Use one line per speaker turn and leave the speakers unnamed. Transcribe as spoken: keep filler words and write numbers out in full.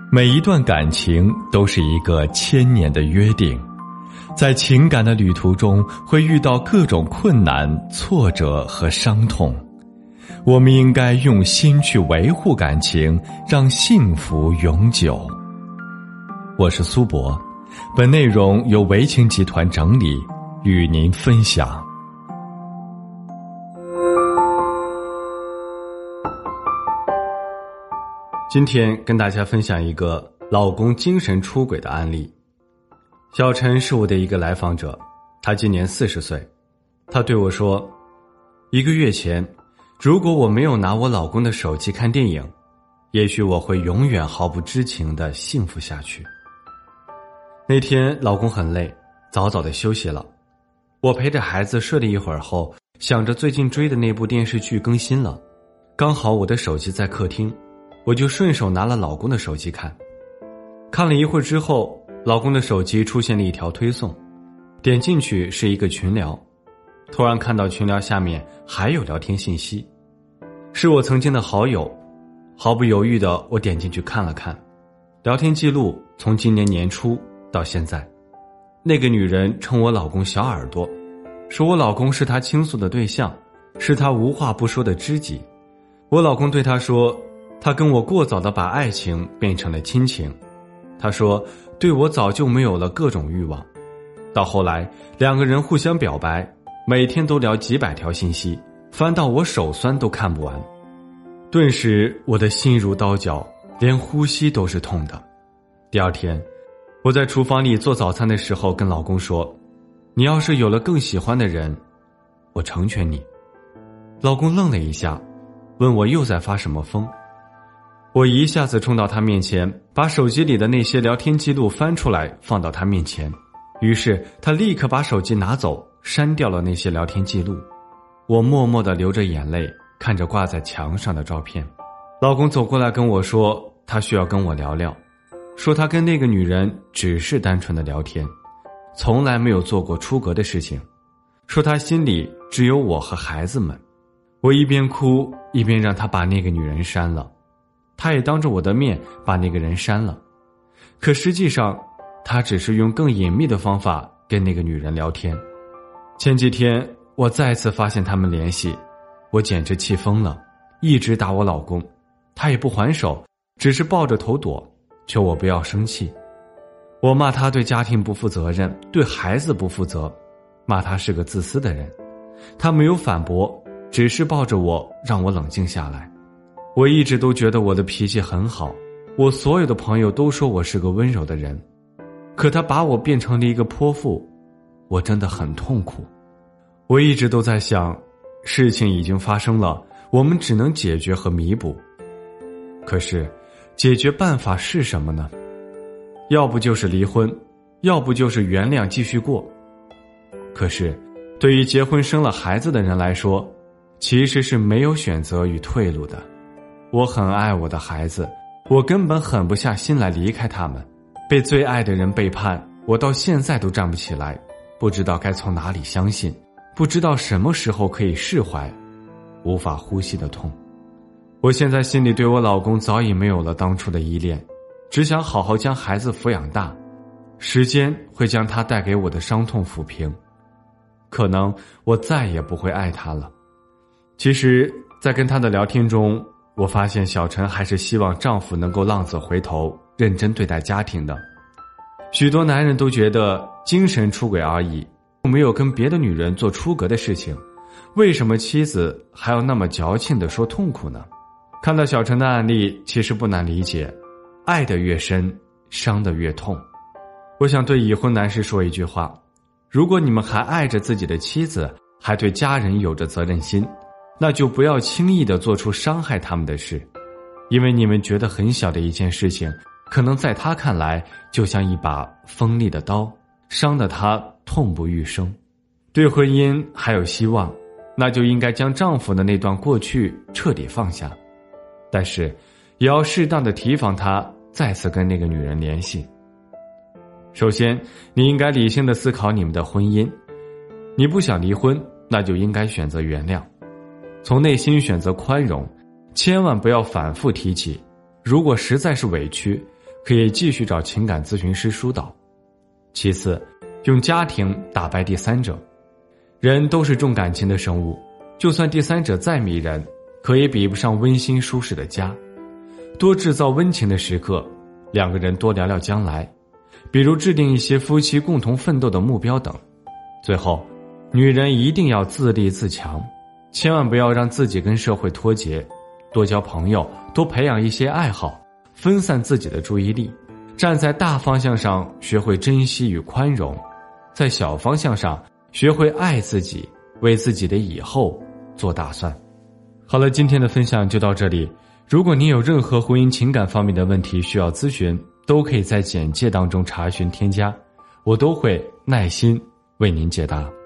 每一段感情都是一个千年的约定，在情感的旅途中会遇到各种困难、挫折和伤痛，我们应该用心去维护感情，让幸福永久。我是苏博，本内容由维情集团整理，与您分享。
今天跟大家分享一个老公精神出轨的案例。小陈是我的一个来访者，他今年四十岁。他对我说，一个月前，如果我没有拿我老公的手机看电影，也许我会永远毫不知情地幸福下去。那天老公很累，早早地休息了。我陪着孩子睡了一会儿后，想着最近追的那部电视剧更新了，刚好我的手机在客厅，我就顺手拿了老公的手机看。看了一会儿之后，老公的手机出现了一条推送，点进去是一个群聊，突然看到群聊下面还有聊天信息，是我曾经的好友。毫不犹豫的我点进去看了看，聊天记录从今年年初到现在。那个女人称我老公小耳朵，说我老公是她倾诉的对象，是她无话不说的知己。我老公对她说，他跟我过早地把爱情变成了亲情。他说对我早就没有了各种欲望。到后来两个人互相表白，每天都聊几百条信息，翻到我手酸都看不完。顿时我的心如刀绞，连呼吸都是痛的。第二天我在厨房里做早餐的时候跟老公说，你要是有了更喜欢的人，我成全你。老公愣了一下，问我又在发什么疯。我一下子冲到他面前，把手机里的那些聊天记录翻出来放到他面前，于是他立刻把手机拿走，删掉了那些聊天记录。我默默地流着眼泪看着挂在墙上的照片。老公走过来跟我说，他需要跟我聊聊，说他跟那个女人只是单纯的聊天，从来没有做过出格的事情，说他心里只有我和孩子们。我一边哭一边让他把那个女人删了，他也当着我的面把那个人删了。可实际上他只是用更隐秘的方法跟那个女人聊天。前几天我再次发现他们联系，我简直气疯了，一直打我老公，他也不还手，只是抱着头躲，求我不要生气。我骂他对家庭不负责任，对孩子不负责，骂他是个自私的人。他没有反驳，只是抱着我让我冷静下来。我一直都觉得我的脾气很好，我所有的朋友都说我是个温柔的人，可他把我变成了一个泼妇，我真的很痛苦。我一直都在想，事情已经发生了，我们只能解决和弥补。可是解决办法是什么呢？要不就是离婚，要不就是原谅继续过。可是对于结婚生了孩子的人来说，其实是没有选择与退路的。我很爱我的孩子，我根本狠不下心来离开他们。被最爱的人背叛，我到现在都站不起来，不知道该从哪里相信，不知道什么时候可以释怀，无法呼吸的痛。我现在心里对我老公早已没有了当初的依恋，只想好好将孩子抚养大，时间会将他带给我的伤痛抚平，可能我再也不会爱他了。其实在跟他的聊天中，我发现小陈还是希望丈夫能够浪子回头，认真对待家庭的。许多男人都觉得精神出轨而已，没有跟别的女人做出格的事情，为什么妻子还要那么矫情地说痛苦呢？看到小陈的案例，其实不难理解，爱得越深，伤得越痛。我想对已婚男士说一句话，如果你们还爱着自己的妻子，还对家人有着责任心，那就不要轻易地做出伤害他们的事，因为你们觉得很小的一件事情，可能在他看来就像一把锋利的刀，伤得他痛不欲生。对婚姻还有希望，那就应该将丈夫的那段过去彻底放下，但是也要适当地提防他再次跟那个女人联系。首先，你应该理性地思考你们的婚姻，你不想离婚，那就应该选择原谅，从内心选择宽容，千万不要反复提起。如果实在是委屈， 可以继续找情感咨询师疏导。其次，用家庭打败第三者。人都是重感情的生物，就算第三者再迷人，可也比不上温馨舒适的家。多制造温情的时刻，两个人多聊聊将来，比如制定一些夫妻共同奋斗的目标等。最后，女人一定要自立自强，千万不要让自己跟社会脱节，多交朋友，多培养一些爱好，分散自己的注意力，站在大方向上学会珍惜与宽容，在小方向上学会爱自己，为自己的以后做打算。好了，今天的分享就到这里。如果你有任何婚姻情感方面的问题需要咨询，都可以在简介当中查询添加，我都会耐心为您解答。